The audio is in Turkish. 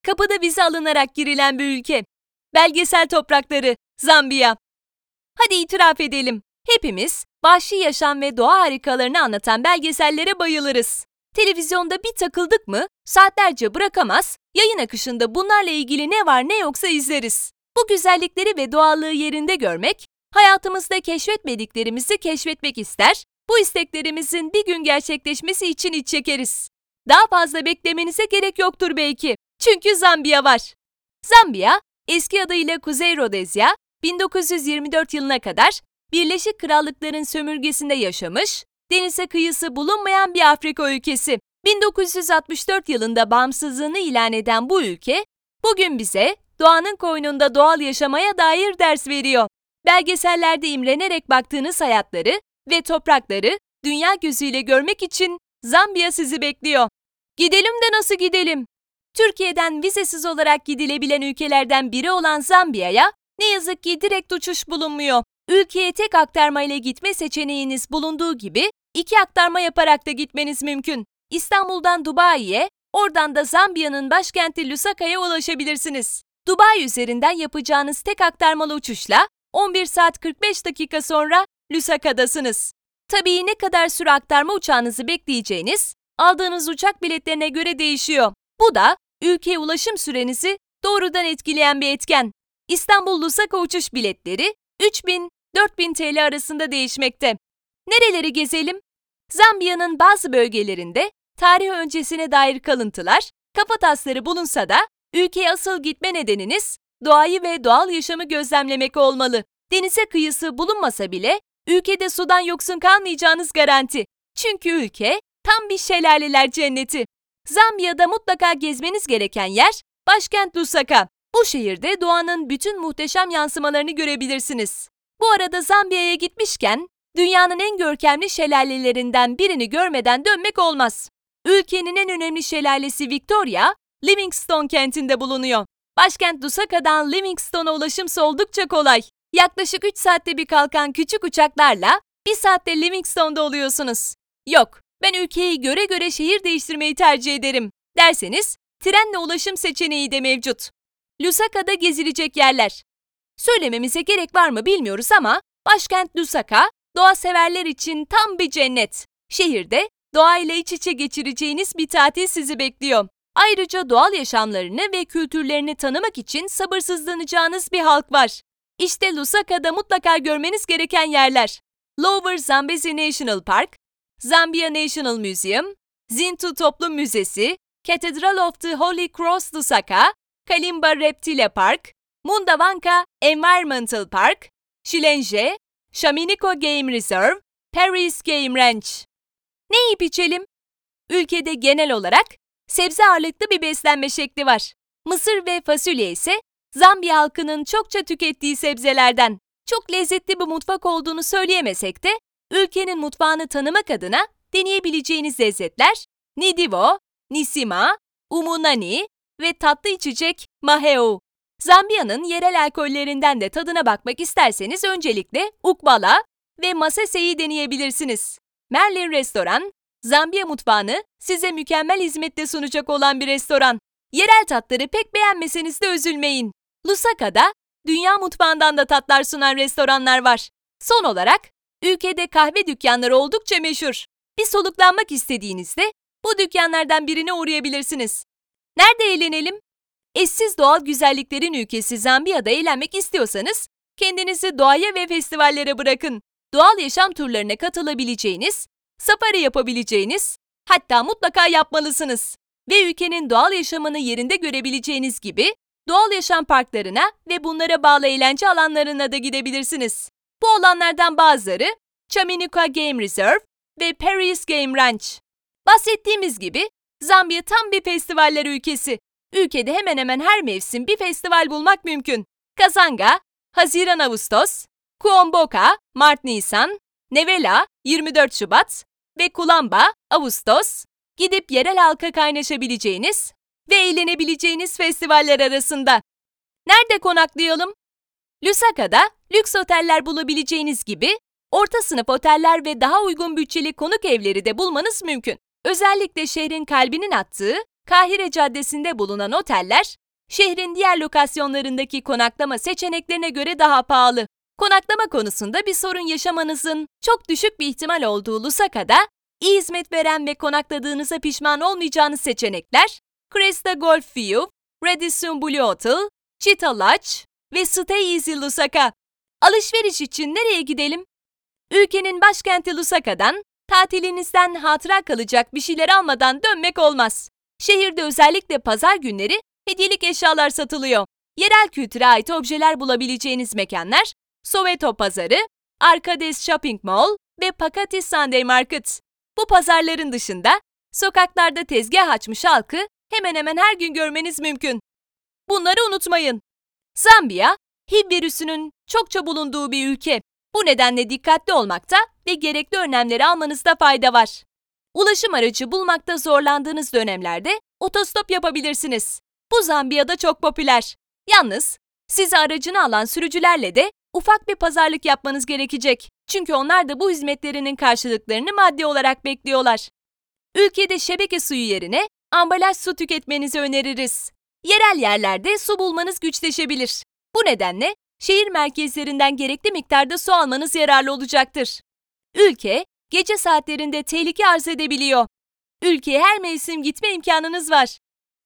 kapıda vize alınarak girilen bir ülke. Belgesel toprakları, Zambiya. Hadi itiraf edelim, hepimiz vahşi yaşam ve doğa harikalarını anlatan belgesellere bayılırız. Televizyonda bir takıldık mı saatlerce bırakamaz, yayın akışında bunlarla ilgili ne var ne yoksa izleriz. Bu güzellikleri ve doğallığı yerinde görmek, hayatımızda keşfetmediklerimizi keşfetmek ister, bu isteklerimizin bir gün gerçekleşmesi için iç çekeriz. Daha fazla beklemenize gerek yoktur belki, çünkü Zambiya var. Zambiya, eski adıyla Kuzey Rodezya, 1924 yılına kadar Birleşik Krallıkların sömürgesinde yaşamış, denize kıyısı bulunmayan bir Afrika ülkesi. 1964 yılında bağımsızlığını ilan eden bu ülke, bugün bize doğanın koynunda doğal yaşamaya dair ders veriyor. Belgesellerde imrenerek baktığınız hayatları ve toprakları dünya gözüyle görmek için Zambiya sizi bekliyor. Gidelim de nasıl gidelim? Türkiye'den vizesiz olarak gidilebilen ülkelerden biri olan Zambiya'ya ne yazık ki direkt uçuş bulunmuyor. Ülkeye tek aktarma ile gitme seçeneğiniz bulunduğu gibi 2 aktarma yaparak da gitmeniz mümkün. İstanbul'dan Dubai'ye, oradan da Zambiya'nın başkenti Lusaka'ya ulaşabilirsiniz. Dubai üzerinden yapacağınız tek aktarmalı uçuşla 11 saat 45 dakika sonra Lusaka'dasınız. Tabii ne kadar süre aktarma uçağınızı bekleyeceğiniz, aldığınız uçak biletlerine göre değişiyor. Bu da ülkeye ulaşım sürenizi doğrudan etkileyen bir etken. İstanbul-Lusaka uçuş biletleri 3.000-4.000 TL arasında değişmekte. Nereleri gezelim? Zambiya'nın bazı bölgelerinde tarih öncesine dair kalıntılar, kafatasları bulunsa da ülkeye asıl gitme nedeniniz doğayı ve doğal yaşamı gözlemlemek olmalı. Denize kıyısı bulunmasa bile ülkede sudan yoksun kalmayacağınız garanti. Çünkü ülke tam bir şelaleler cenneti. Zambiya'da mutlaka gezmeniz gereken yer başkent Lusaka. Bu şehirde doğanın bütün muhteşem yansımalarını görebilirsiniz. Bu arada Zambiya'ya gitmişken dünyanın en görkemli şelalelerinden birini görmeden dönmek olmaz. Ülkenin en önemli şelalesi Victoria, Livingstone kentinde bulunuyor. Başkent Lusaka'dan Livingstone'a ulaşım oldukça kolay. Yaklaşık 3 saatte bir kalkan küçük uçaklarla 1 saatte Livingstone'da oluyorsunuz. Yok, ben ülkeyi göre göre şehir değiştirmeyi tercih ederim derseniz trenle ulaşım seçeneği de mevcut. Lusaka'da gezilecek yerler. Söylememize gerek var mı bilmiyoruz ama başkent Lusaka, doğa severler için tam bir cennet. Şehirde doğayla iç içe geçireceğiniz bir tatil sizi bekliyor. Ayrıca doğal yaşamlarını ve kültürlerini tanımak için sabırsızlanacağınız bir halk var. İşte Lusaka'da mutlaka görmeniz gereken yerler. Lower Zambezi National Park, Zambia National Museum, Zintu Toplum Müzesi, Cathedral of the Holy Cross Lusaka, Kalimba Reptile Park, Mundavanka Environmental Park, Şilenje, Shaminiko Game Reserve, Paris Game Ranch. Ne yiyip içelim? Ülkede genel olarak sebze ağırlıklı bir beslenme şekli var. Mısır ve fasulye ise Zambiya halkının çokça tükettiği sebzelerden. Çok lezzetli bir mutfak olduğunu söyleyemesek de ülkenin mutfağını tanımak adına deneyebileceğiniz lezzetler Nidivo, Nisima, Umunani ve tatlı içecek Maheu. Zambiya'nın yerel alkollerinden de tadına bakmak isterseniz öncelikle Ukbala ve Masese'yi deneyebilirsiniz. Merlin Restoran, Zambiya mutfağını size mükemmel hizmetle sunacak olan bir restoran. Yerel tatları pek beğenmeseniz de üzülmeyin. Lusaka'da dünya mutfağından da tatlar sunan restoranlar var. Son olarak ülkede kahve dükkanları oldukça meşhur. Bir soluklanmak istediğinizde bu dükkanlardan birine uğrayabilirsiniz. Nerede eğlenelim? Eşsiz doğal güzelliklerin ülkesi Zambiya'da eğlenmek istiyorsanız kendinizi doğaya ve festivallere bırakın. Doğal yaşam turlarına katılabileceğiniz, safari yapabileceğiniz, hatta mutlaka yapmalısınız. Ve ülkenin doğal yaşamını yerinde görebileceğiniz gibi doğal yaşam parklarına ve bunlara bağlı eğlence alanlarına da gidebilirsiniz. Bu alanlardan bazıları Chaminuka Game Reserve ve Paris Game Ranch. Bahsettiğimiz gibi Zambiya tam bir festivaller ülkesi. Ülkede hemen hemen her mevsim bir festival bulmak mümkün. Kazanga, Haziran-Ağustos, Kuomboka, Mart-Nisan, Nevela, 24 Şubat ve Kulamba, Ağustos, gidip yerel halka kaynaşabileceğiniz ve eğlenebileceğiniz festivaller arasında. Nerede konaklayalım? Lusaka'da lüks oteller bulabileceğiniz gibi orta sınıf oteller ve daha uygun bütçeli konuk evleri de bulmanız mümkün. Özellikle şehrin kalbinin attığı Kahire Caddesi'nde bulunan oteller, şehrin diğer lokasyonlarındaki konaklama seçeneklerine göre daha pahalı. Konaklama konusunda bir sorun yaşamanızın çok düşük bir ihtimal olduğu Lusaka'da, iyi hizmet veren ve konakladığınıza pişman olmayacağınız seçenekler, Cresta Golf View, Radisson Blu Hotel, Cheetah Lodge ve Stay Easy Lusaka. Alışveriş için nereye gidelim? Ülkenin başkenti Lusaka'dan, tatilinizden hatıra kalacak bir şeyler almadan dönmek olmaz. Şehirde özellikle pazar günleri hediyelik eşyalar satılıyor. Yerel kültüre ait objeler bulabileceğiniz mekanlar, Soweto Pazarı, Arcades Shopping Mall ve Pakati Sunday Market. Bu pazarların dışında sokaklarda tezgah açmış halkı hemen hemen her gün görmeniz mümkün. Bunları unutmayın. Zambiya, HIV virüsünün çokça bulunduğu bir ülke. Bu nedenle dikkatli olmakta ve gerekli önlemleri almanızda fayda var. Ulaşım aracı bulmakta zorlandığınız dönemlerde otostop yapabilirsiniz. Bu Zambiya'da çok popüler. Yalnız sizi aracını alan sürücülerle de ufak bir pazarlık yapmanız gerekecek. Çünkü onlar da bu hizmetlerinin karşılıklarını maddi olarak bekliyorlar. Ülkede şebeke suyu yerine ambalaj su tüketmenizi öneririz. Yerel yerlerde su bulmanız güçleşebilir. Bu nedenle şehir merkezlerinden gerekli miktarda su almanız yararlı olacaktır. Ülke, gece saatlerinde tehlike arz edebiliyor. Ülkeye her mevsim gitme imkanınız var.